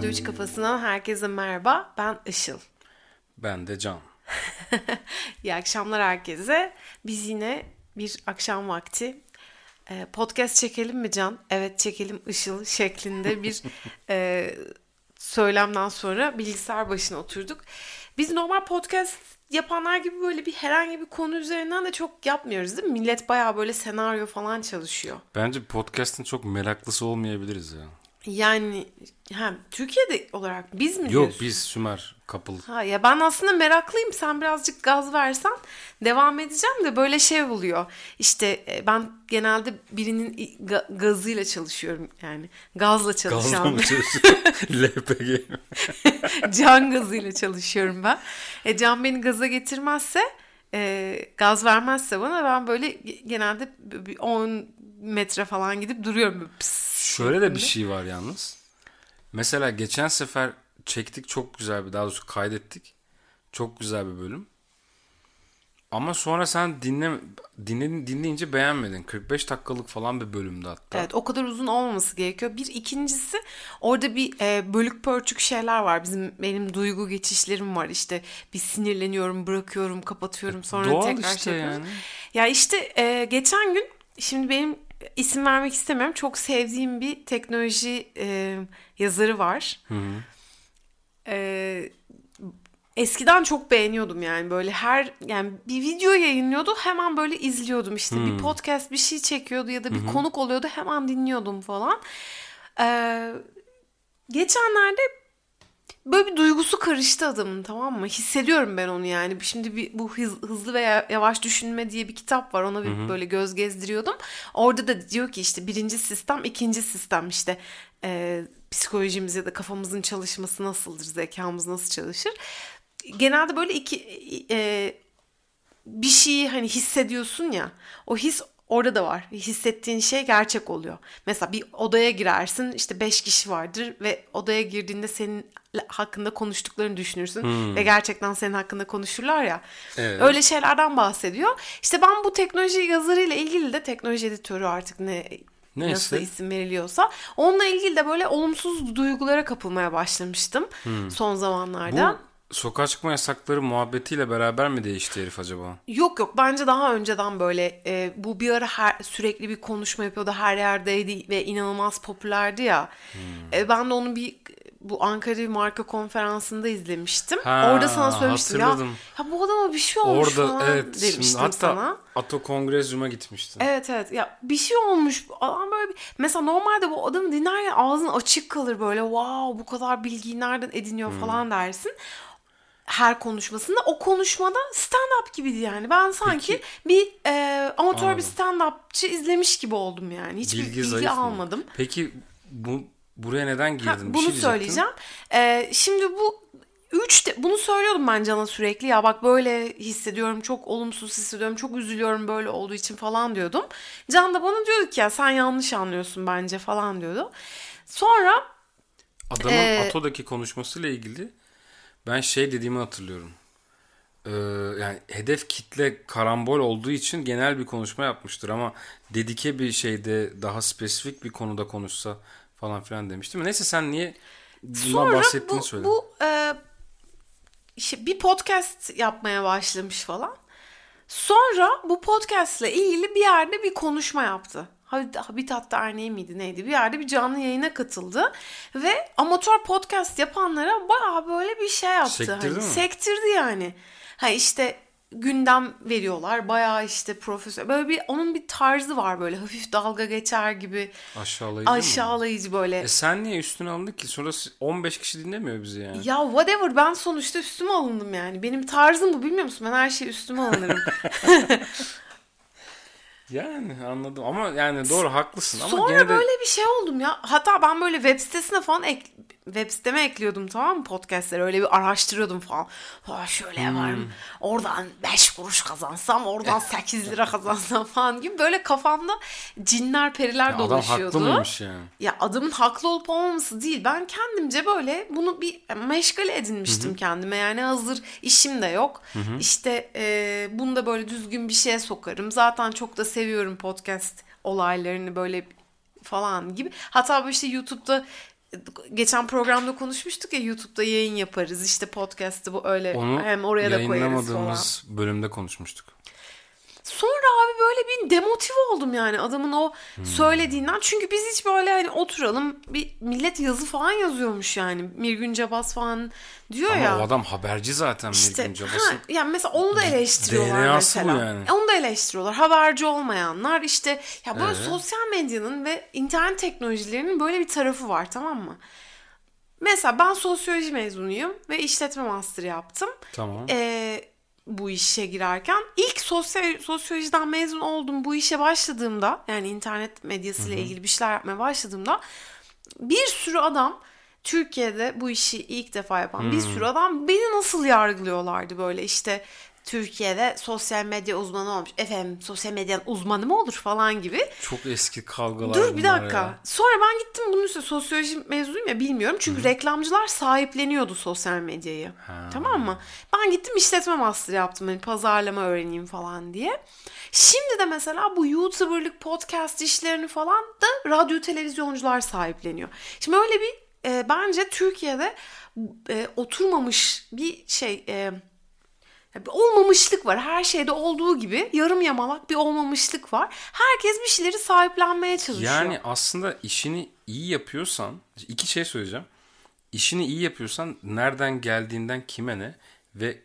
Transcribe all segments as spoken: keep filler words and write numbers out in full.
Radyo üç Kafası'ndan herkese merhaba. Ben Işıl. Ben de Can. İyi akşamlar herkese. Biz yine bir akşam vakti e, podcast çekelim mi Can? Evet çekelim Işıl şeklinde bir e, söylemden sonra bilgisayar başına oturduk. Biz normal podcast yapanlar gibi böyle bir herhangi bir konu üzerinden de çok yapmıyoruz değil mi? Millet bayağı böyle senaryo falan çalışıyor. Bence podcast'ın çok meraklısı olmayabiliriz ya. Yani hem Türkiye'de olarak biz mi Yok diyorsun? biz Sümer Couple. Ha ya ben aslında meraklıyım. Sen birazcık gaz versen devam edeceğim de böyle şey oluyor. İşte e, ben genelde birinin ga- gazıyla çalışıyorum yani. Gazla Gazla çalışan. mı çalışıyor? L P G. Can gazıyla çalışıyorum ben. E, Can beni gaza getirmezse, e, gaz vermezse bana ben böyle genelde bir on metre falan gidip duruyorum. Böyle pıs Şöyle de bir şeklinde. şey var yalnız. Mesela geçen sefer çektik, çok güzel bir, daha doğrusu kaydettik. Çok güzel bir bölüm. Ama sonra sen dinle, dinle dinleyince beğenmedin. kırk beş dakikalık falan bir bölümdü hatta. Evet, o kadar uzun olmaması gerekiyor. Bir ikincisi orada bir e, bölük pörçük şeyler var. Bizim benim duygu geçişlerim var. İşte bir sinirleniyorum, bırakıyorum, kapatıyorum, sonra Doğal tekrar işte şey yapıyorum. yani. Ya işte e, geçen gün şimdi benim isim vermek istemiyorum. Çok sevdiğim bir teknoloji e, yazarı var. Hı hı. E, Eskiden çok beğeniyordum yani böyle her yani bir video yayınlıyordu hemen böyle izliyordum işte bir Hı podcast bir şey çekiyordu ya da bir hı. konuk oluyordu hemen dinliyordum falan. Ee, Geçenlerde böyle bir duygusu karıştı adamın, tamam mı? Hissediyorum ben onu yani. Şimdi bir, bu hız- hızlı ve yavaş düşünme diye bir kitap var. Ona Hı bir hı. böyle göz gezdiriyordum. Orada da diyor ki işte birinci sistem, ikinci sistem işte e, psikolojimiz ya da kafamızın çalışması nasıldır, zekamız nasıl çalışır? Genelde böyle iki e, bir şeyi hani hissediyorsun ya, o his orada da var. Hissettiğin şey gerçek oluyor. Mesela bir odaya girersin, işte beş kişi vardır ve odaya girdiğinde senin hakkında konuştuklarını düşünürsün ve Hı. gerçekten senin hakkında konuşurlar ya. Evet. Öyle şeylerden bahsediyor. İşte ben bu teknoloji yazarıyla ilgili de, teknoloji editörü artık ne nasıl Neyse. isim veriliyorsa, onunla ilgili de böyle olumsuz duygulara kapılmaya başlamıştım Hı. son zamanlarda. Bu sokağa çıkma yasakları muhabbetiyle beraber mi değişti herif acaba? Yok yok, bence daha önceden böyle e, bu bir ara her, sürekli bir konuşma yapıyordu, her yerdeydi ve inanılmaz popülerdi ya. E, ben de onu bir bu Ankara bir marka konferansında izlemiştim. Ha, Orada sana söylemiştim ya, hatırladım. ya bu adama bir şey olmuş Orada falan evet, şimdi demiştim hatta sana. Ato Kongrezyum'a gitmiştin. Evet evet, ya bir şey olmuş adam böyle bir, mesela normalde bu adamı dinlerken ağzın açık kalır böyle, wow bu kadar bilgiyi nereden ediniyor falan dersin. Her konuşmasında, o konuşmada stand-up gibiydi yani. Ben sanki Peki, bir e, amatör bir anladım. stand-upçı izlemiş gibi oldum yani. Hiçbir Bilgi bilgi zayıf mı? almadım. Peki bu buraya neden Ha, girdin? Bir bunu şey diyecektin. söyleyeceğim. E, şimdi bu üç de, bunu söylüyordum ben Can'a sürekli. Ya bak böyle hissediyorum, çok olumsuz hissediyorum, çok üzülüyorum böyle olduğu için falan diyordum. Can da bana diyordu ki ya sen yanlış anlıyorsun bence falan diyordu. Sonra Adamın e, Ato'daki konuşmasıyla ilgili ben şey dediğimi hatırlıyorum. Ee, yani hedef kitle karambol olduğu için genel bir konuşma yapmıştır ama dedike bir şeyde, daha spesifik bir konuda konuşsa falan filan demiştim. Neyse, sen niye bundan sonra bahsettiğini bu söyle. bu e, işte bir podcast yapmaya başlamış falan. Sonra bu podcast'la ilgili bir yerde bir konuşma yaptı. Habitat Derneği miydi neydi? Bir yerde bir canlı yayına katıldı. Ve amatör podcast yapanlara bayağı böyle bir şey yaptı. Sektirdi Hani mi? sektirdi yani. Ha işte gündem veriyorlar. Bayağı işte profesör. Böyle bir onun bir tarzı var, böyle hafif dalga geçer gibi. Aşağılayıcı mı? Aşağılayıcı böyle. E sen niye üstüne alındın ki? Sonra on beş kişi dinlemiyor bizi yani. Ya whatever, ben sonuçta üstüme alındım yani. Benim tarzım bu, bilmiyor musun? Ben her şeye üstüme alınırım. Yani anladım ama yani doğru, haklısın ama Sonra gene de böyle bir şey oldum ya. Hatta ben böyle web sitesine falan ek, web siteme ekliyordum, tamam mı, podcastleri. Öyle bir araştırıyordum falan. Ha şöyle yaparım. hmm, Oradan beş kuruş kazansam, oradan sekiz lira kazansam falan gibi böyle kafamda cinler periler ya adam haklı dolaşıyordu. mıymış yani? Ya adamın haklı olup olmaması değil. Ben kendimce böyle bunu bir meşgale edinmiştim kendime. Yani hazır işim de yok. İşte e, bunu da böyle düzgün bir şeye sokarım. Zaten çok da seviyorum podcast olaylarını böyle falan gibi. Hatta böyle işte YouTube'da geçen programda konuşmuştuk ya, YouTube'da yayın yaparız. İşte podcast'ı bu öyle Onu hem oraya da koyarız falan. yayınlamadığımız bölümde konuşmuştuk. Sonra abi böyle bir demotive oldum yani adamın o hmm. söylediğinden. Çünkü biz hiç böyle hani oturalım, bir millet yazı falan yazıyormuş yani. Mirgün Cabas falan diyor Ama ya. Ama o adam haberci zaten işte, Mirgün Cabas'ın. Yani mesela onu da eleştiriyorlar D N A'sı mesela. Bu yani. Onu da eleştiriyorlar. Haberci olmayanlar işte ya böyle evet. sosyal medyanın ve internet teknolojilerinin böyle bir tarafı var, tamam mı? Mesela ben sosyoloji mezunuyum ve işletme master yaptım. Tamam. Eee bu işe girerken ilk sosyal, sosyolojiden mezun oldum, bu işe başladığımda, yani internet medyasıyla Hı-hı. ilgili bir şeyler yapmaya başladığımda bir sürü adam, Türkiye'de bu işi ilk defa yapan Hı-hı. bir sürü adam beni nasıl yargılıyorlardı böyle işte Türkiye'de sosyal medya uzmanı olmuş. Efendim sosyal medyanın uzmanı mı olur falan gibi. Çok eski kavgalar. Dur bir dakika. Ya. Sonra ben gittim bunun üstüne, sosyoloji mezunuyum ya, bilmiyorum. Çünkü Hı-hı. reklamcılar sahipleniyordu sosyal medyayı. Ha. Tamam mı? Ben gittim işletme master yaptım. Hani pazarlama öğreneyim falan diye. Şimdi de mesela bu YouTuber'lık, podcast işlerini falan da radyo televizyoncular sahipleniyor. Şimdi öyle bir e, bence Türkiye'de e, oturmamış bir şey... E, bir olmamışlık var. Her şeyde olduğu gibi yarım yamalak bir olmamışlık var. Herkes bir şeyleri sahiplenmeye çalışıyor. Yani aslında işini iyi yapıyorsan, iki şey söyleyeceğim. İşini iyi yapıyorsan nereden geldiğinden kime ne ve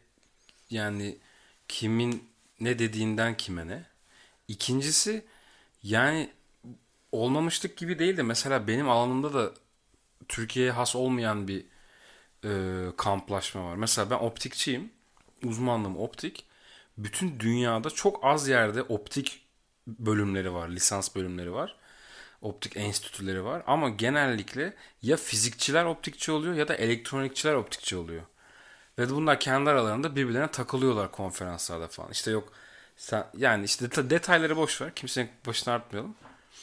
yani kimin ne dediğinden kime ne. İkincisi yani olmamışlık gibi değil de mesela benim alanımda da Türkiye'ye has olmayan bir e, kamplaşma var. Mesela ben optikçiyim. Uzmanlığım optik. Bütün dünyada çok az yerde optik bölümleri var, lisans bölümleri var. Optik enstitüleri var. Ama genellikle ya fizikçiler optikçi oluyor ya da elektronikçiler optikçi oluyor. Ve bunlar kendi aralarında birbirlerine takılıyorlar konferanslarda falan. İşte yok sen, yani işte det- detayları boş ver. Kimsenin başına artmayalım.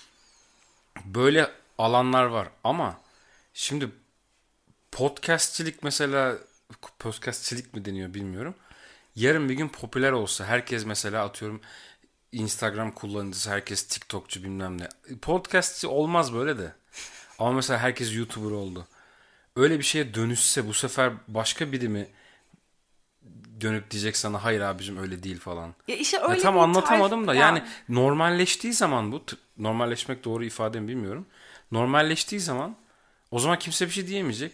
Böyle alanlar var ama şimdi podcastçilik mesela, podcastçilik mi deniyor bilmiyorum. Yarın bir gün popüler olsa, herkes mesela atıyorum Instagram kullanıcısı, herkes TikTokçu bilmem ne. Podcastçi olmaz böyle de. Ama mesela herkes YouTuber oldu. Öyle bir şeye dönüşse bu sefer başka biri mi dönüp diyecek sana hayır abicim öyle değil falan. Ya işte öyle ya tam anlatamadım da ya. yani normalleştiği zaman bu, normalleşmek doğru ifade mi bilmiyorum. Normalleştiği zaman o zaman kimse bir şey diyemeyecek.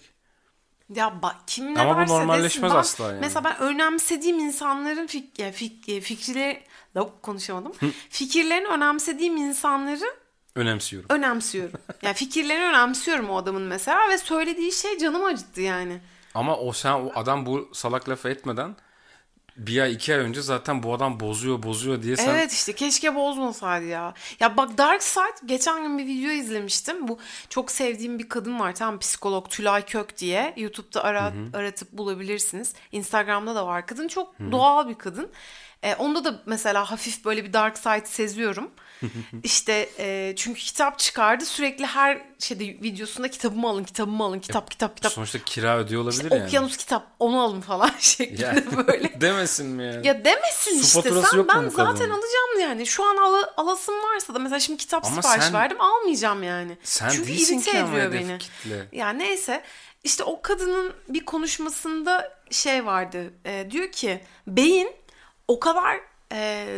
Ya bak kim ne Ama varsa bu normalleşmez desin. asla yani. Mesela ben önemsediğim insanların fik, ya fik, fikirleri konuşamadım. Fikirlerini önemsediğim insanları önemsiyorum. Önemsiyorum. Yani fikirlerini önemsiyorum o adamın mesela ve söylediği şey canımı acıttı yani. Ama o sen o adam bu salak lafı etmeden bir ay iki ay önce zaten bu adam bozuyor bozuyor diye sen... Evet işte keşke bozmasaydı ya. Ya bak Dark Side, geçen gün bir video izlemiştim. Bu çok sevdiğim bir kadın var, tamam, psikolog Tülay Kök diye. YouTube'da ara, aratıp bulabilirsiniz. Instagram'da da var. Kadın çok Hı-hı. doğal bir kadın. E, onda da mesela hafif böyle bir Dark Side seziyorum. İşte e, çünkü kitap çıkardı. Sürekli her şeyde videosunda kitabımı alın, kitabımı alın, kitap, e, kitap, kitap. Sonuçta kira ödüyor olabilir işte, yani. Okyanus kitap, onu alın falan şeklinde yani, böyle. Demesin mi yani? Ya demesin Su işte. Sen ben zaten kadın? alacağım yani. Şu an al, alasım varsa da mesela şimdi kitap ama sipariş sen, verdim, almayacağım yani. Sen çünkü irite ediyor beni. Kitle. Ya neyse. İşte o kadının bir konuşmasında şey vardı. E, diyor ki beyin o kadar e,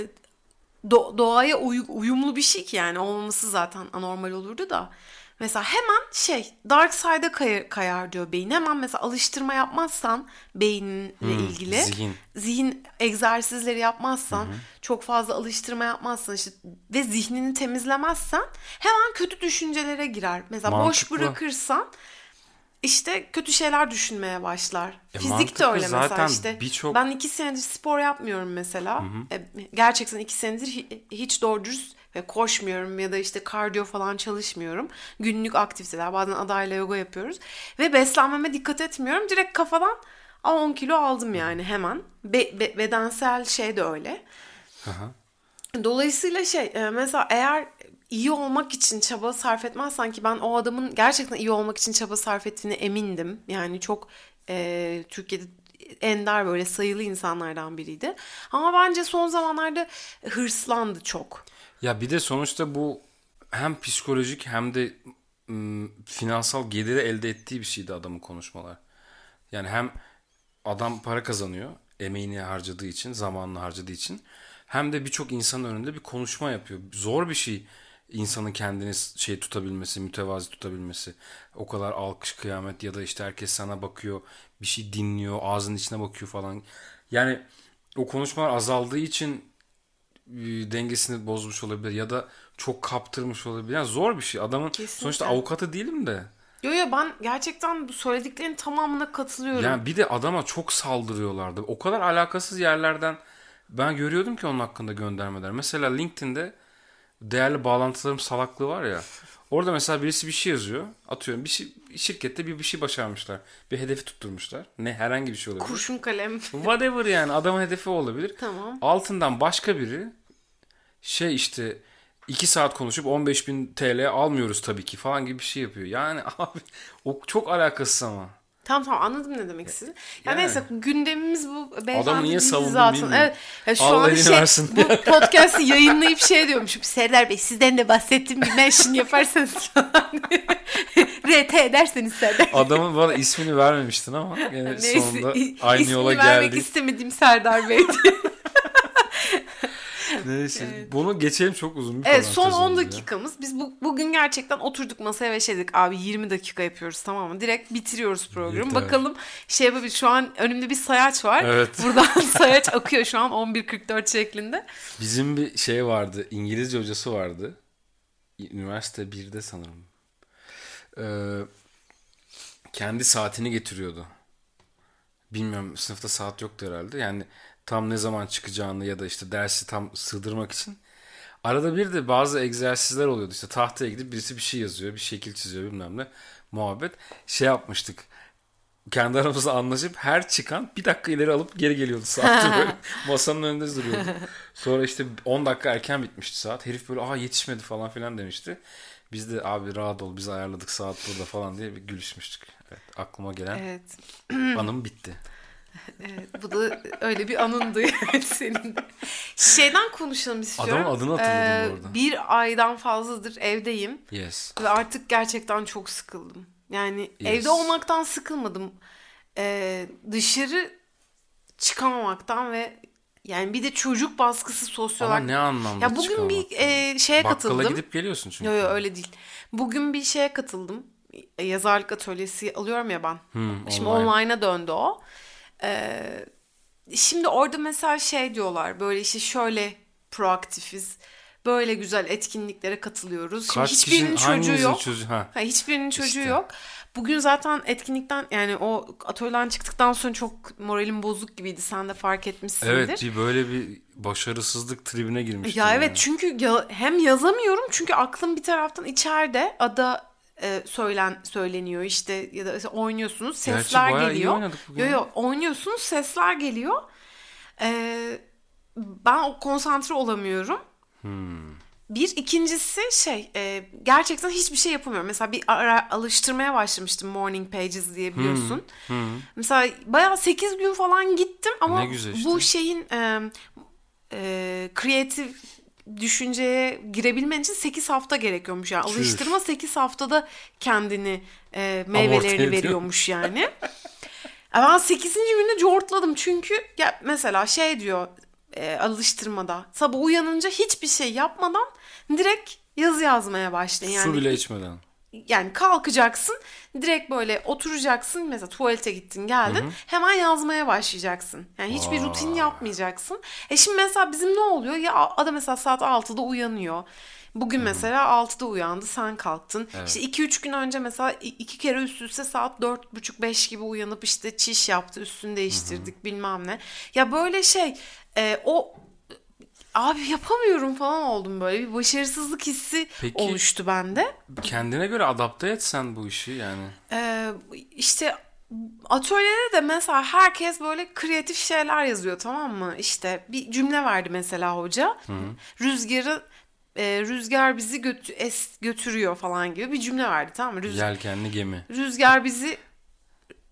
do- doğaya uy- uyumlu bir şey ki yani olmaması zaten anormal olurdu da. Mesela hemen şey dark side'a kay- kayar diyor beyin. Hemen mesela alıştırma yapmazsan beyninle hmm, ilgili. Zihin. Zihin egzersizleri yapmazsan, Hı-hı. çok fazla alıştırma yapmazsan işte ve zihnini temizlemezsen hemen kötü düşüncelere girer. Mesela mantıklı. Boş bırakırsan işte kötü şeyler düşünmeye başlar. E, Fizik de öyle mesela işte. Birçok... Ben iki senedir spor yapmıyorum mesela. E, gerçekten iki senedir hiç doğru dürüst ve koşmuyorum ya da işte kardiyo falan çalışmıyorum. Günlük aktiviteler, bazen adayla yoga yapıyoruz. Ve beslenmeme dikkat etmiyorum. Direkt kafadan on kilo aldım yani hemen. Be- be- bedensel şey de öyle. Aha. Dolayısıyla şey mesela eğer iyi olmak için çaba sarf etmezsen, ki ben o adamın gerçekten iyi olmak için çaba sarf ettiğine emindim. Yani çok e, Türkiye'de ender böyle sayılı insanlardan biriydi. Ama bence son zamanlarda hırslandı çok. Ya bir de sonuçta bu hem psikolojik hem de ım, finansal geliri elde ettiği bir şeydi adamın konuşmalar. Yani hem adam para kazanıyor emeğini harcadığı için, zamanını harcadığı için, hem de birçok insanın önünde bir konuşma yapıyor. Zor bir şey insanın kendini şey tutabilmesi, mütevazi tutabilmesi. O kadar alkış kıyamet ya da işte herkes sana bakıyor, bir şey dinliyor, ağzının içine bakıyor falan. Yani o konuşmalar azaldığı için e, dengesini bozmuş olabilir ya da çok kaptırmış olabilir. Yani zor bir şey. Adamın Kesinlikle. sonuçta avukatı değilim de. Yo yo, ben gerçekten bu söylediklerinin tamamına katılıyorum. Yani bir de adama çok saldırıyorlardı. O kadar alakasız yerlerden ben görüyordum ki onun hakkında göndermeler. Mesela LinkedIn'de değerli bağlantılarım salaklığı var ya. Orada mesela birisi bir şey yazıyor. Atıyorum bir şey, şirkette bir bir şey başarmışlar. Bir hedefi tutturmuşlar. Ne herhangi bir şey olabilir. Kurşun kalem. Whatever yani adamın hedefi olabilir. Tamam. Altından başka biri şey işte iki saat konuşup on beş bin T L almıyoruz tabii ki falan gibi bir şey yapıyor. Yani abi o çok alakasız ama. Tamam tamam, anladım ne demek istedin. Ya Yani. neyse, gündemimiz bu. Beyefendi Adamı niye değil savundun zaten. bilmiyorum. Evet. Ya şu Allah an elini şey, versin. bu podcast'i yayınlayıp şey diyormuşum. Serdar Bey, sizden de bahsettiğim bir mention yaparsanız R T ederseniz Serdar. Adamın bana ismini vermemiştin ama yine Neyse, sonunda i- aynı yola ismini vermek geldik. istemediğim Serdar Bey diye. Neyse. Evet. Bunu geçelim, çok uzun bir Evet, son parantez on oldu ya. dakikamız. Biz bu, bugün gerçekten oturduk masaya ve şey dedik. Abi yirmi dakika yapıyoruz, tamam mı? Direkt bitiriyoruz programı. Yeter. Bakalım şey yapabilir. Şu an önümde bir sayaç var. Evet. Buradan sayaç akıyor şu an on bir kırk dört şeklinde. Bizim bir şey vardı. İngilizce hocası vardı. Üniversite birde sanırım. Ee, kendi saatini getiriyordu. Bilmiyorum, sınıfta saat yoktu herhalde. Yani tam ne zaman çıkacağını ya da işte dersi tam sığdırmak için. Arada bir de bazı egzersizler oluyordu. İşte tahtaya gidip birisi bir şey yazıyor, bir şekil çiziyor bilmem ne. Muhabbet. Şey yapmıştık. Kendi aramızda anlaşıp her çıkan bir dakika ileri alıp geri geliyordu saati böyle. Masanın önünde duruyordu. Sonra işte on dakika erken bitmişti saat. Herif böyle aa yetişmedi falan filan demişti. Biz de abi rahat ol, biz ayarladık saat burada falan diye bir gülüşmüştük. Evet, aklıma gelen Evet. anım bitti. Evet, bu da öyle bir anındı yani senin. Şeyden konuşalım istiyorum. Adamın adını hatırladım bu arada. Bir aydan fazladır evdeyim. Yes. Ve artık gerçekten çok sıkıldım. Yani Yes. evde olmaktan sıkılmadım. Ee, dışarı çıkamamaktan ve yani bir de çocuk baskısı sosyal Ama olarak. ne anlamda Ya bugün çıkamak? bir e, şeye Bakkala katıldım. gidip geliyorsun çünkü. Yok yok, öyle değil. Bugün bir şeye katıldım. Yazarlık atölyesi alıyorum ya ben. Hmm, Şimdi online. online'a döndü o. Ee, şimdi orada mesela şey diyorlar. Böyle işte şöyle proaktifiz. Böyle güzel etkinliklere katılıyoruz. Şimdi Kaç hiçbirinin kişinin, çocuğu hanginizin yok. çocuğu- ha. Ha, hiçbirinin çocuğu İşte. yok. Bugün zaten etkinlikten yani o atölyeden çıktıktan sonra çok moralim bozuk gibiydi. Sen de fark etmişsindir. Evet, bir böyle bir başarısızlık tribine girmiştim. Ya yani. evet, çünkü ya, hem yazamıyorum çünkü aklım bir taraftan içeride ada e, söylen söyleniyor işte ya da işte oynuyorsunuz, Gerçi sesler bayağı iyi geliyor. oynadık bugün. Yo yo, oynuyorsunuz, sesler geliyor. Ee, ben o konsantre olamıyorum. Hmm. Bir ikincisi şey e, gerçekten hiçbir şey yapamıyorum. Mesela bir ara alıştırmaya başlamıştım, Morning Pages diye biliyorsun. Hmm. Mesela bayağı sekiz gün falan gittim ama Ne güzel işte. bu şeyin e, e, kreatif düşünceye girebilmen için sekiz hafta gerekiyormuş yani. Tüh. Alıştırma sekiz haftada kendini e, Amorti meyvelerini ediyor. veriyormuş yani. E, ben sekizinci günde cortladım çünkü ya mesela şey diyor e, alıştırmada sabah uyanınca hiçbir şey yapmadan direkt yazı yazmaya başlayın. Yani Su bile içmeden. yani kalkacaksın, direkt böyle oturacaksın, mesela tuvalete gittin geldin, Hı hı. hemen yazmaya başlayacaksın. Yani hiçbir Aa. rutin yapmayacaksın. E şimdi mesela bizim ne oluyor? Ya adam mesela saat altıda uyanıyor. Bugün mesela altıda uyandı, sen kalktın. Evet. İşte iki üç gün önce mesela i- iki kere üst üste saat dört buçuk beş gibi uyanıp işte çiş yaptı, üstünü değiştirdik bilmem ne. Ya böyle şey e, o abi yapamıyorum falan oldum, böyle bir başarısızlık hissi Peki. oluştu bende. Kendine göre adapte etsen bu işi yani. Ee, işte atölyede de mesela herkes böyle kreatif şeyler yazıyor, tamam mı? İşte bir cümle verdi mesela hoca. Rüzgarı e, rüzgar bizi götü- es, götürüyor falan gibi bir cümle verdi, tamam mı? Rüz- Yelkenli gemi. rüzgar bizi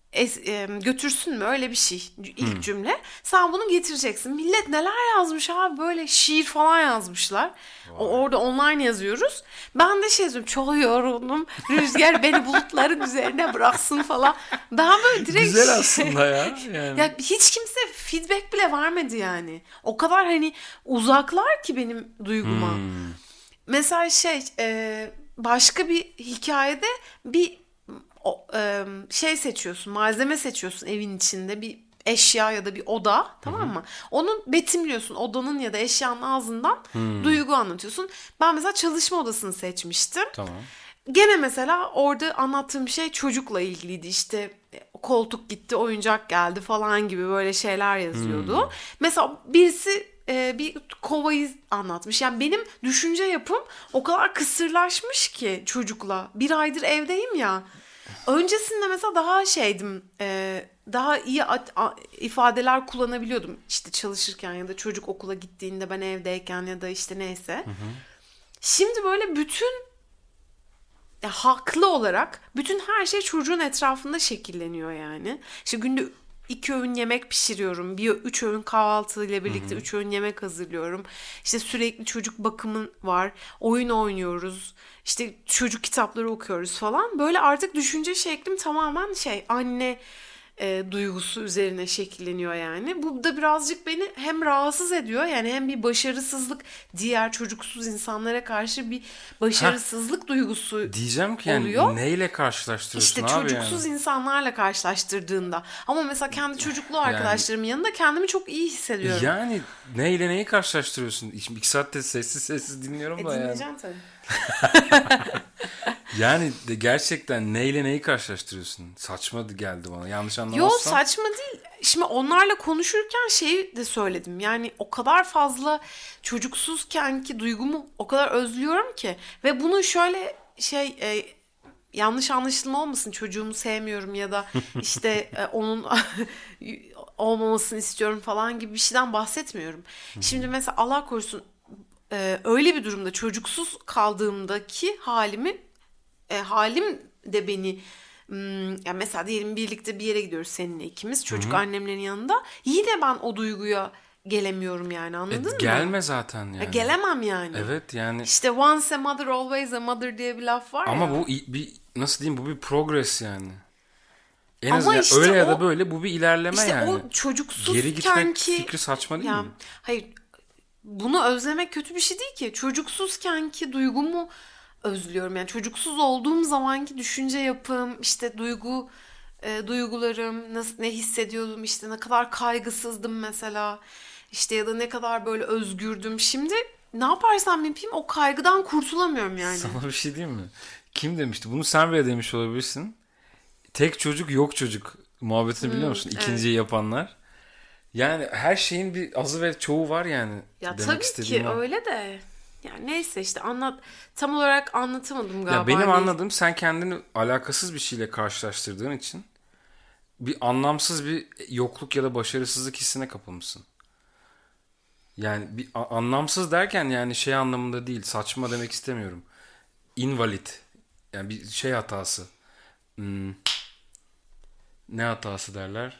es, e, götürsün mü, öyle bir şey ilk hmm. cümle. Sen bunu getireceksin. Millet neler yazmış abi, böyle şiir falan yazmışlar. O, orada online yazıyoruz. Ben de şey yazıyorum, çok yoruldum. Rüzgar beni bulutların üzerine bıraksın falan. Ben böyle direkt... Güzel aslında ya. Yani. Ya hiç kimse feedback bile vermedi yani. O kadar hani uzaklar ki benim duyguma. Hmm. Mesela şey e, başka bir hikayede bir o, e, şey seçiyorsun, malzeme seçiyorsun evin içinde, bir eşya ya da bir oda, tamam mı? Hı hı. Onu betimliyorsun, odanın ya da eşyanın ağzından hmm. duygu anlatıyorsun. Ben mesela çalışma odasını seçmiştim. Tamam. Gene mesela orada anlattığım şey çocukla ilgiliydi, işte koltuk gitti, oyuncak geldi falan gibi böyle şeyler yazıyordu. Hmm. Mesela birisi e, bir kovayı anlatmış. Yani benim düşünce yapım o kadar kısırlaşmış ki çocukla. Bir aydır evdeyim ya. Öncesinde mesela daha şeydim, e, daha iyi at, a, ifadeler kullanabiliyordum. İşte çalışırken ya da çocuk okula gittiğinde, ben evdeyken ya da işte neyse. Hı hı. Şimdi böyle bütün ya, haklı olarak bütün her şey çocuğun etrafında şekilleniyor yani. İşte günde iki öğün yemek pişiriyorum. Bir üç öğün kahvaltı ile birlikte üç öğün yemek hazırlıyorum. İşte sürekli çocuk bakımın var. Oyun oynuyoruz. İşte çocuk kitapları okuyoruz falan. Böyle artık düşünce şeklim tamamen şey, anne e, duygusu üzerine şekilleniyor yani. Bu da birazcık beni hem rahatsız ediyor, yani hem bir başarısızlık, diğer çocuksuz insanlara karşı bir başarısızlık Heh, duygusu diyeceğim ki oluyor. Yani neyle karşılaştırıyorsun işte abi çocuksuz yani? insanlarla karşılaştırdığında. Ama mesela kendi çocuklu arkadaşlarımın yani, yanında kendimi çok iyi hissediyorum. Yani neyle neyi karşılaştırıyorsun? İki saatte sessiz sessiz dinliyorum e, da yani. Dinleyeceğim tabii. Yani de gerçekten neyle neyi karşılaştırıyorsun? Saçma geldi bana. Yanlış anlamazsam. Yok, saçma değil. Şimdi onlarla konuşurken şeyi de söyledim. Yani o kadar fazla çocuksuzken ki duygumu o kadar özlüyorum ki. Ve bunu şöyle şey e, yanlış anlaşılma olmasın, çocuğumu sevmiyorum ya da işte e, onun olmamasını istiyorum falan gibi bir şeyden bahsetmiyorum. Şimdi mesela Allah korusun e, öyle bir durumda çocuksuz kaldığımdaki halimi e, halim de beni hmm, yani mesela diyelim birlikte bir yere gidiyoruz seninle ikimiz, çocuk Hı-hı. annemlerin yanında, yine ben o duyguya gelemiyorum yani, anladın e, mı? Gelme zaten yani. E, gelemem yani. Evet yani. İşte once a mother always a mother diye bir laf var ama ya. Ama bu bir, nasıl diyeyim, bu bir progress yani. En azından yani işte öyle o, ya da böyle bu bir ilerleme işte yani. İşte o çocuksuzken geri gitmek ki, fikri saçma değil ya, mi? Hayır, bunu özlemek kötü bir şey değil ki. Çocuksuzken ki duygumu özlüyorum. Yani çocuksuz olduğum zamanki düşünce yapım, işte duygu e, duygularım, nasıl, ne hissediyordum, işte ne kadar kaygısızdım mesela. İşte ya da ne kadar böyle özgürdüm. Şimdi ne yaparsam yapayım o kaygıdan kurtulamıyorum yani. Sana bir şey diyeyim mi? Kim demişti? Bunu sen bile demiş olabilirsin. Tek çocuk yok çocuk muhabbetini biliyor musun? Hmm, İkinciyi evet. yapanlar. Yani her şeyin bir azı ve çoğu var yani. Ya tabii ki o. Öyle de. Yani neyse işte anlat, tam olarak anlatamadım galiba. Ya benim anladığım, sen kendini alakasız bir şeyle karşılaştırdığın için bir anlamsız bir yokluk ya da başarısızlık hissine kapılmışsın. Yani bir anlamsız derken yani şey anlamında değil, saçma demek istemiyorum. Invalid. Yani bir şey hatası. Hmm. Ne hatası derler?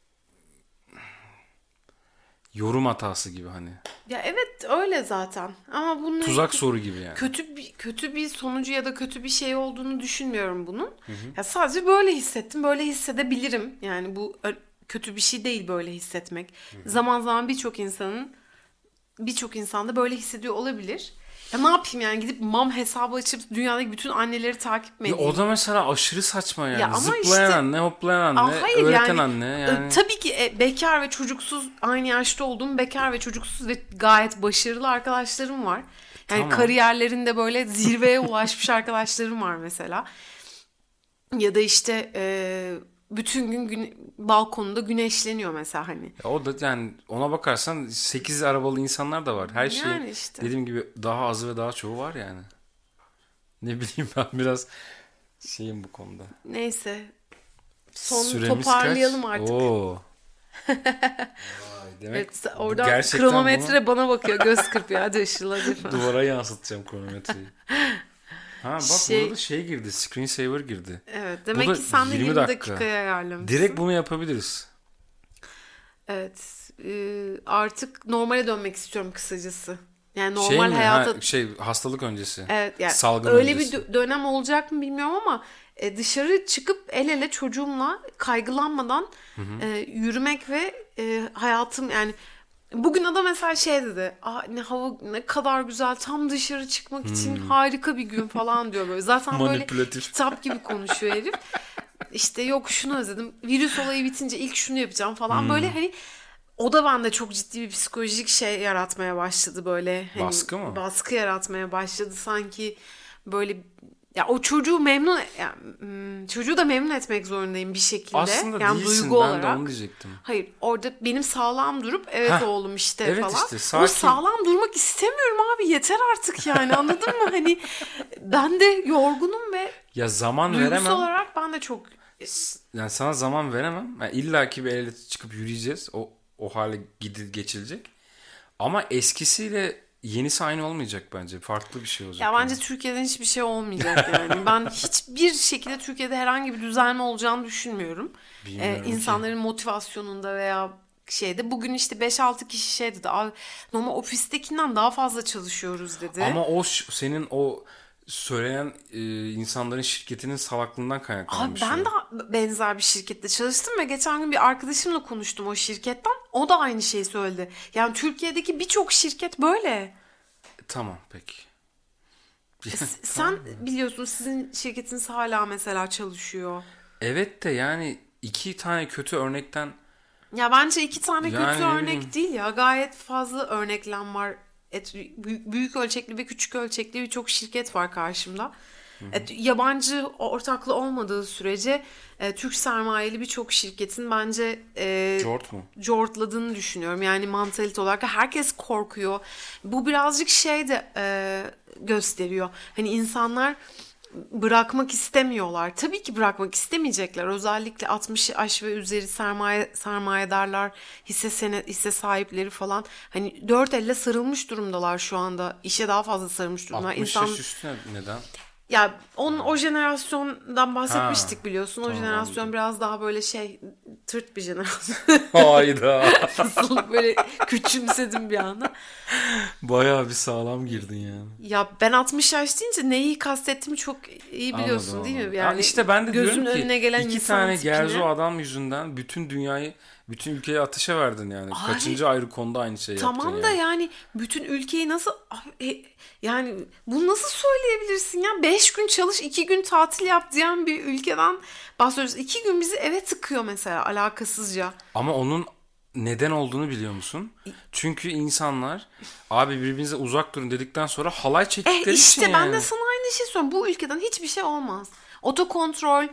Yorum hatası gibi hani. Ya evet öyle zaten. Ama bunun tuzak soru gibi yani. Kötü bir kötü bir sonucu ya da kötü bir şey olduğunu düşünmüyorum bunun. Hı hı. Ya sadece böyle hissettim, böyle hissedebilirim. Yani bu kötü bir şey değil böyle hissetmek. Hı hı. Zaman zaman birçok insanın birçok insanda böyle hissediyor olabilir. Ya ne yapayım yani, gidip mam hesabı açıp dünyadaki bütün anneleri takip mi edeyim? Ya o da mesela aşırı saçma yani. Ya zıplayan işte, anne, hoplayan anne, hayır öğreten yani, anne. Yani. Tabii ki e, bekar ve çocuksuz, aynı yaşta olduğum bekar ve çocuksuz ve gayet başarılı arkadaşlarım var. Yani tamam. Kariyerlerinde böyle zirveye ulaşmış arkadaşlarım var mesela. Ya da işte e, bütün gün güne, balkonda güneşleniyor mesela hani. Ya o da yani ona bakarsan sekiz arabalı insanlar da var. Her şey yani işte. Dediğim gibi daha azı ve daha çoğu var yani. Ne bileyim, ben biraz şeyim bu konuda. Neyse. Son Süremiz toparlayalım kaç? Artık. Oo. Vay, demek evet, oradan kronometre bunu... bana bakıyor, göz kırpıyor. Hadi ışıl hadi falan. Duvara yansıtacağım kronometreyi. Ha bak Şey, burada da şey girdi. Screensaver girdi. evet, Bu demek da ki sen de yirmi yirmi dakika. dakikaya ayarlamışsın. Direkt bunu yapabiliriz. Evet. e, artık normale dönmek istiyorum kısacası. Yani Şey normal mi? hayata... Ha, şey hastalık öncesi. Evet, yani Salgın öyle öncesi. bir dö- dönem olacak mı bilmiyorum ama e, dışarı çıkıp el ele çocuğumla kaygılanmadan e, yürümek ve e, hayatım yani bugün adam mesela şey dedi. Aa, ne hava ne kadar güzel, tam dışarı çıkmak için harika bir gün falan diyor böyle. Zaten böyle Manipülatif. kitap gibi konuşuyor herif. İşte yok şunu özledim. Virüs olayı bitince ilk şunu yapacağım falan. Böyle hani o da bende çok ciddi bir psikolojik şey yaratmaya başladı böyle. Hani Baskı mı? baskı yaratmaya başladı sanki böyle ya o çocuğu memnun yani, hmm, çocuğu da memnun etmek zorundayım bir şekilde. Aslında yani değilsin. duygu Ben olarak. de onu diyecektim. Hayır, orada benim sağlam durup evet Heh, oğlum işte evet falan. işte, sakin. O sağlam durmak istemiyorum abi, yeter artık yani, anladın mı? Hani ben de yorgunum ve Ya zaman duygusal veremem. olarak ben de çok Yani sana zaman veremem. Yani İlla ki bir el ele çıkıp yürüyeceğiz. O o hale gidil geçilecek. Ama eskisiyle yenisi aynı olmayacak bence. Farklı bir şey olacak. ya yani. bence Türkiye'den hiçbir şey olmayacak yani. Ben hiçbir şekilde Türkiye'de herhangi bir düzelme olacağını düşünmüyorum. Bilmiyorum Ee, ki. insanların motivasyonunda veya şeyde bugün işte beş altı kişi şey dedi. Abi normal ofistekinden daha fazla çalışıyoruz dedi. Ama o ş- senin o söyleyen e, insanların şirketinin salaklığından Abi kaynaklanmış. ben o. de benzer bir şirkette çalıştım ve geçen gün bir arkadaşımla konuştum o şirketten. O da aynı şeyi söyledi. Yani Türkiye'deki birçok şirket böyle. Tamam peki. S- Sen biliyorsun sizin şirketiniz hala mesela çalışıyor. Evet de yani iki tane kötü örnekten Ya bence iki tane Yani kötü ne örnek bileyim. değil ya. Gayet fazla örneklem var. Et, büyük, büyük ölçekli ve küçük ölçekli birçok şirket var karşımda. Et, yabancı ortaklı olmadığı sürece e, Türk sermayeli birçok şirketin bence e, Jort mu? cortladığını düşünüyorum. Yani mantalite olarak herkes korkuyor. Bu birazcık şey de e, gösteriyor. Hani insanlar bırakmak istemiyorlar. Tabii ki bırakmak istemeyecekler. Özellikle altmış yaş ve üzeri sermaye sermayedarlar, hisse senet hisse sahipleri falan hani dört elle sarılmış durumdalar şu anda. İşe daha fazla sarılmış durumdalar. altmış İnsan yaş üstüne neden? ya onun o jenerasyondan bahsetmiştik Ha, biliyorsun. O tamam, jenerasyon anladım. biraz daha böyle şey tırt bir jenerasyon. Hayda. Nasıl böyle küçümsedim bir anda. Bayağı bir sağlam girdin yani. Ya ben altmış yaş deyince neyi kastettiğimi çok iyi biliyorsun Anladım, değil mi? anladım. Yani Ya işte ben de gözün diyorum ki önüne gelen iki insan tane tipini. gerzo adam yüzünden bütün dünyayı, bütün ülkeyi ateşe verdin yani. Abi, Kaçıncı ayrı konuda aynı şey yaptın tamam da yani. yani bütün ülkeyi nasıl Abi, e, yani bunu nasıl söyleyebilirsin ya? Beş gün çalış, iki gün tatil yap diyen bir ülkeden bahsediyoruz. İki gün bizi eve tıkıyor mesela alakasızca. Ama onun neden olduğunu biliyor musun? Çünkü insanlar abi birbirinize uzak durun dedikten sonra halay Eh çektikleri işte için ben yani. de sana aynı şey söylüyorum. Bu ülkeden hiçbir şey olmaz. Otokontrol,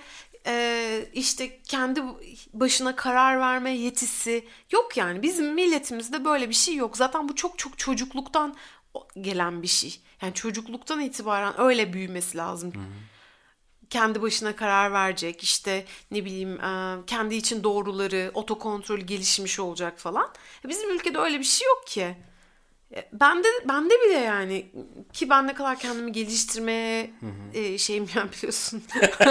e, işte kendi başına karar verme yetisi yok yani. Bizim milletimizde böyle bir şey yok. Zaten bu çok çok çocukluktan gelen bir şey. Yani çocukluktan itibaren öyle büyümesi lazım. Kendi başına karar verecek, işte ne bileyim e, kendi için doğruları, otokontrol gelişmiş olacak falan. Bizim ülkede öyle bir şey yok ki. E, Ben de ben de bile yani ki ben ne kadar kendimi geliştirmeye e, şeyim yani biliyorsun.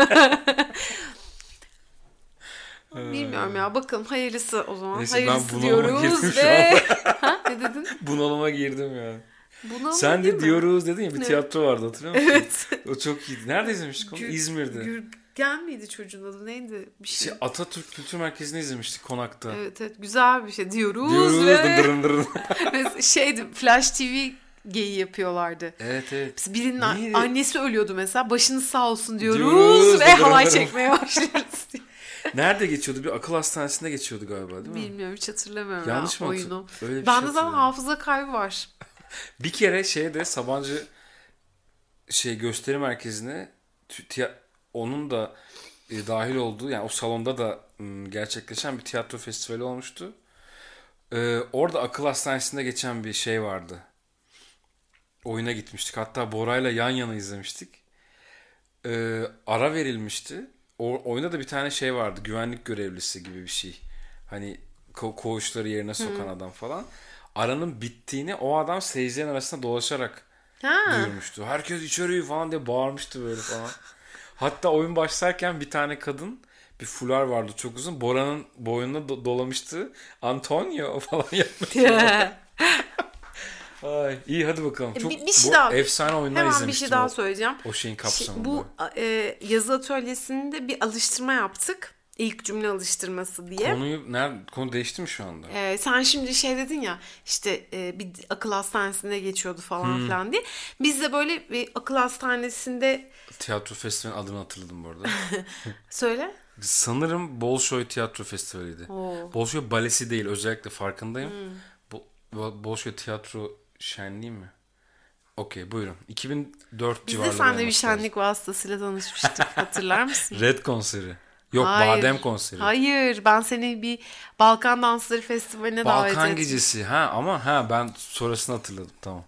Bilmiyorum ya, bakalım hayırlısı o zaman. Neyse, ben hayırlısı bunalıma girdim diyoruz şu ve anda. ha ne dedin? Bunalıma girdim ya. Buna Sen değil de mi? diyoruz dedin ya, bir Ne? tiyatro vardı, hatırlıyor musun? Evet. O çok iyiydi. Nerede izlemiştik onu? Gür- İzmir'de. Gürgen miydi çocuğun adı, neydi bir şey? Şey, Atatürk Kültür Merkezi'nde izlemiştik, Konak'ta. Evet evet, güzel bir şey diyoruz, Diyoruz ve dındırın dırın. ve şeydi, Flash T V geyi yapıyorlardı. Evet evet. Biz birinin a- Neydi? annesi ölüyordu mesela, başınız sağ olsun diyoruz, Diyoruz, ve dırırırım. halay çekmeye başlıyoruz. Nerede geçiyordu? Bir akıl hastanesinde geçiyordu galiba, değil mi? Bilmiyorum, hiç hatırlamıyorum Yanlış ya mı oyunu. hatır- öyle bir Bende şey zaten hatırlıyorum. hafıza kaybı var. Bir kere şeyde Sabancı şey gösteri merkezine tü- tiya- onun da e, dahil olduğu, yani o salonda da m, gerçekleşen bir tiyatro festivali olmuştu. E, orada akıl hastanesinde geçen bir şey vardı. Oyuna gitmiştik. Hatta Bora'yla yan yana izlemiştik. E, ara verilmişti. O, oyunda da bir tane şey vardı. Güvenlik görevlisi gibi bir şey. Hani ko- koğuşları yerine sokan adam falan. Aranın bittiğini o adam seyircilerin arasında dolaşarak Ha. duyurmuştu. Herkes içeriği falan diye bağırmıştı böyle falan. Hatta oyun başlarken bir tane kadın, bir fular vardı çok uzun, Bora'nın boynuna do- dolamıştı. Antonio falan yapmıştı. Ay, iyi hadi bakalım. Çok, bir, bir şey bu daha, efsane oyunlar hemen izlemiştim. bir şey daha o, söyleyeceğim. o şeyin Şey, kapsamında. bu e, yazı atölyesinde bir alıştırma yaptık. İlk cümle alıştırması diye. Konuyu nerede? Konu değişti mi şu anda? Ee, sen şimdi şey dedin ya, işte e, bir akıl hastanesinde geçiyordu falan Hmm. filan diye. Biz de böyle bir akıl hastanesinde... Tiyatro festivalinin adını hatırladım bu arada. Söyle. Sanırım Bolşoy Tiyatro Festivali'ydi. Oo. Bolşoy balesi değil, özellikle farkındayım. Hmm. Bo- Bolşoy Tiyatro Şenliği mi? Okey, buyurun. iki bin dört Biz de civarları seninle bir olması şenlik lazım. vasıtasıyla tanışmıştık. Hatırlar mısın? Red konseri. Yok, Hayır. Badem konseri. Hayır. Ben seni bir Balkan Dansları Festivaline davet ettim. Balkan Gecesi. Ha ama ha ben sonrasını hatırladım. Tamam.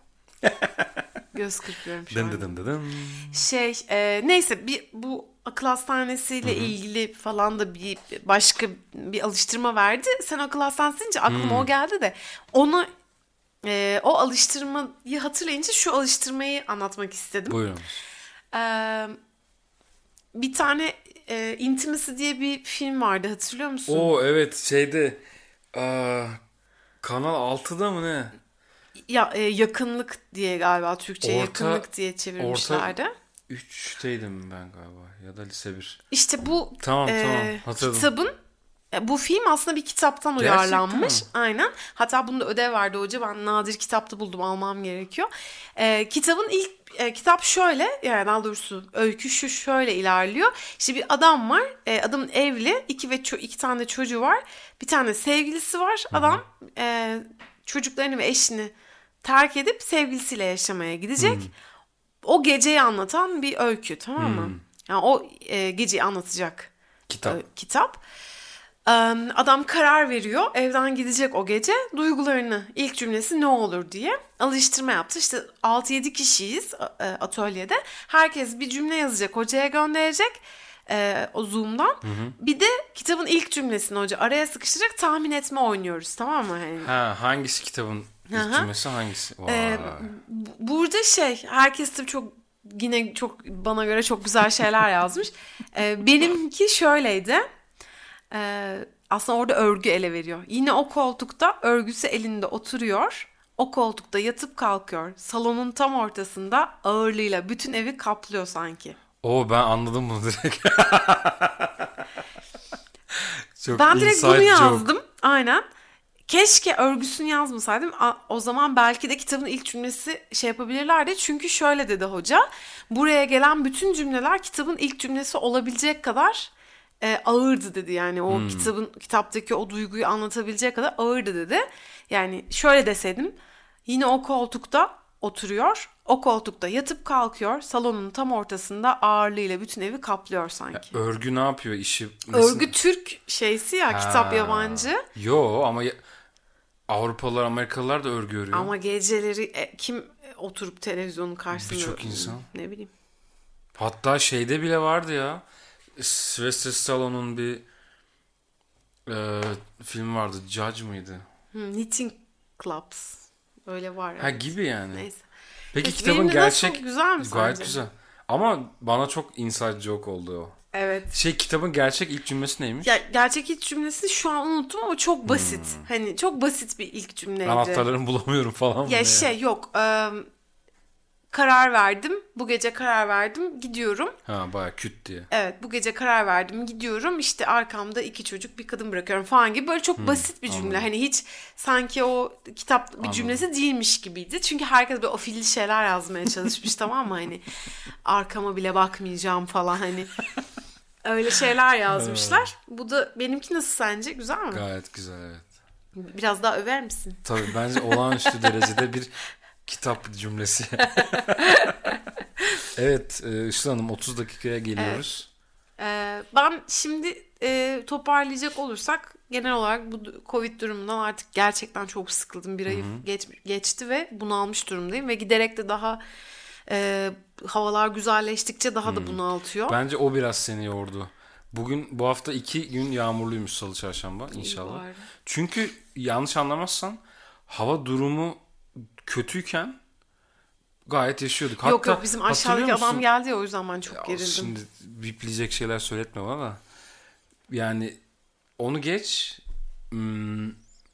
Göz kırpıyorum şu Dın an. dı dın dı dın. Şey e, neyse bir bu akıl hastanesiyle Hı-hı. ilgili falan da bir başka bir alıştırma verdi. Sen akıl hastanesi deyince aklıma hmm. o geldi de onu e, o alıştırmayı hatırlayınca şu alıştırmayı anlatmak istedim. Buyurun. Ee, bir tane e, Intimacy diye bir film vardı, hatırlıyor musun? Oo evet, şeyde aa, Kanal altıda mı ne? Ya e, yakınlık diye galiba Türkçe orta, yakınlık diye çevirmişlerdi. Orta üçteydim ben galiba ya da lise bir. İşte bu tamam, e, tamam, hatırladım. kitabın e, bu film aslında bir kitaptan Gerçekten uyarlanmış. Mi? Aynen. Hatta bunda ödev verdi hoca. Ben nadir kitapta buldum, almam gerekiyor. E, kitabın ilk e, kitap şöyle, yani daha doğrusu öykü şu şöyle ilerliyor. İşte bir adam var. E, adamın evli, iki ve ço- iki tane çocuğu var. Bir tane sevgilisi var. Adam e, çocuklarını ve eşini terk edip sevgilisiyle yaşamaya gidecek. Hmm. O geceyi anlatan bir öykü, tamam mı? Hmm. Yani o e, geceyi anlatacak kitap. E, kitap. E, adam karar veriyor, evden gidecek o gece. Duygularını, ilk cümlesi ne olur diye alıştırma yaptı. İşte altı yedi kişiyiz e, atölyede. Herkes bir cümle yazacak, hocaya gönderecek. E, o Zoom'dan. Hı hı. Bir de kitabın ilk cümlesini hoca araya sıkıştırarak tahmin etme oynuyoruz, tamam mı? Yani, ha, hangisi kitabın İlk cümlesi hangisi? Ee, burada şey, herkes tabii çok yine çok bana göre çok güzel şeyler yazmış. Ee, benimki şöyleydi. Ee, aslında orada örgü ele veriyor. Yine o koltukta, örgüsü elinde oturuyor. O koltukta yatıp kalkıyor. Salonun tam ortasında ağırlığıyla bütün evi kaplıyor sanki. Oo, ben anladım bunu direkt. Çok ben direkt bunu yazdım. Joke. Aynen. Keşke örgüsünü yazmasaydım. O zaman belki de kitabın ilk cümlesi şey yapabilirlerdi. Çünkü şöyle dedi hoca. Buraya gelen bütün cümleler kitabın ilk cümlesi olabilecek kadar e, ağırdı dedi. Yani o hmm. kitabın kitaptaki o duyguyu anlatabilecek kadar ağırdı dedi. Yani şöyle deseydim. Yine o koltukta oturuyor. O koltukta yatıp kalkıyor. Salonun tam ortasında ağırlığıyla bütün evi kaplıyor sanki. Ya, örgü ne yapıyor işi? Nasıl? Örgü Türk şeysi ya, ha. Kitap yabancı. Yo ama ya... Avrupalılar, Amerikalılar da örgü örüyor. Ama geceleri e, kim oturup televizyonun karşısında... Birçok insan. Ne bileyim. Hatta şeyde bile vardı ya. Sylvester Stallone'un bir e, film vardı. Judge mıydı? Hmm, Knitting Clubs. Öyle var. Ha evet. gibi yani. Neyse. Peki, Peki kitabın gerçek... Nasıl, güzel mi Gayet sence? güzel. Ama bana çok inside joke oldu o. Evet. Şey, kitabın gerçek ilk cümlesi neymiş? Ya, gerçek ilk cümlesini şu an unuttum ama çok basit. Hmm. Hani çok basit bir ilk cümleydi. Anahtarlarını bulamıyorum falan mı? Ya şey yani? Yok. E, karar verdim. Bu gece karar verdim. Gidiyorum. Ha, bayağı küt diye. Evet, bu gece karar verdim. Gidiyorum. İşte arkamda iki çocuk, bir kadın bırakıyorum falan gibi. Böyle çok hmm, basit bir cümle. Anladım. Hani hiç sanki o kitap bir anladım. Cümlesi değilmiş gibiydi. Çünkü herkes böyle afilli şeyler yazmaya çalışmış, tamam mı? Hani arkama bile bakmayacağım falan hani. Öyle şeyler yazmışlar. Bu da benimki nasıl sence? Güzel mi? Gayet güzel, evet. Biraz daha över misin? Tabii, bence olağanüstü derecede bir kitap cümlesi. Evet, Işıl Hanım, otuz dakikaya geliyoruz. Evet. Ee, ben şimdi e, toparlayacak olursak genel olarak bu Covid durumundan artık gerçekten çok sıkıldım. Bir ay geç, geçti ve bunalmış durumdayım ve giderek de daha e, havalar güzelleştikçe daha da bunaltıyor. Bence o biraz seni yordu. Bugün, bu hafta iki gün yağmurluymuş, salı çarşamba inşallah. Çünkü yanlış anlamazsan hava durumu kötüyken gayet yaşıyorduk. Hatta Yok yok bizim aşağıdaki hatırlıyor adam musun? geldi ya, o yüzden ben çok Ya gerildim. şimdi bipleyecek şeyler söyletme bana. Yani onu geç. Hmm,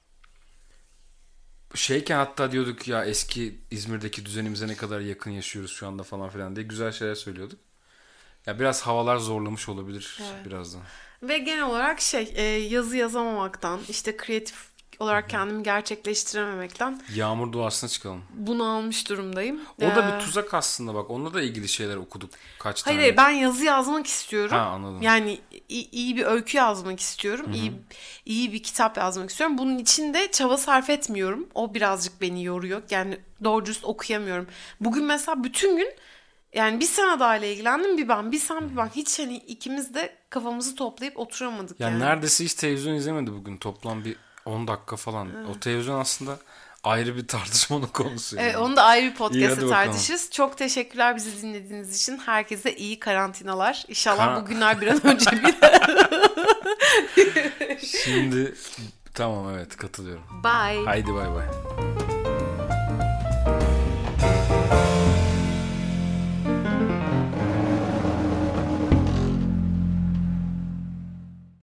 şeyken hatta diyorduk ya eski İzmir'deki düzenimize ne kadar yakın yaşıyoruz şu anda falan filan diye güzel şeyler söylüyorduk. Ya biraz havalar zorlamış olabilir Evet. birazdan. Ve genel olarak şey e, yazı yazamamaktan, işte kreatif olarak kendimi gerçekleştirememekten Yağmur duasına çıkalım. bunalmış durumdayım. O da Ee, bir tuzak aslında bak. Onunla da ilgili şeyler okuduk. Kaç Hayır tane. hayır, ben yazı yazmak istiyorum. Ha, anladım. Yani iyi, iyi bir öykü yazmak istiyorum. İyi iyi bir kitap yazmak istiyorum. Bunun için de çaba sarf etmiyorum. O birazcık beni yoruyor. Yani doğru dürüst okuyamıyorum. Bugün mesela bütün gün yani bir sen daha ile ilgilendim, bir ben, bir sen bir ben. Hiç hani ikimiz de kafamızı toplayıp oturamadık Yani yani. neredeyse hiç televizyon izlemedi bugün. Toplam bir on dakika falan. O televizyon aslında ayrı bir tartışmanın konusu. Yani. Evet, onu da ayrı bir İyi, hadi podcast'te bakalım. tartışırız. Çok teşekkürler bizi dinlediğiniz için. Herkese iyi karantinalar. İnşallah Kar- bu günler bir an önce bir. Şimdi tamam, evet, katılıyorum. Bye. Haydi bay bay.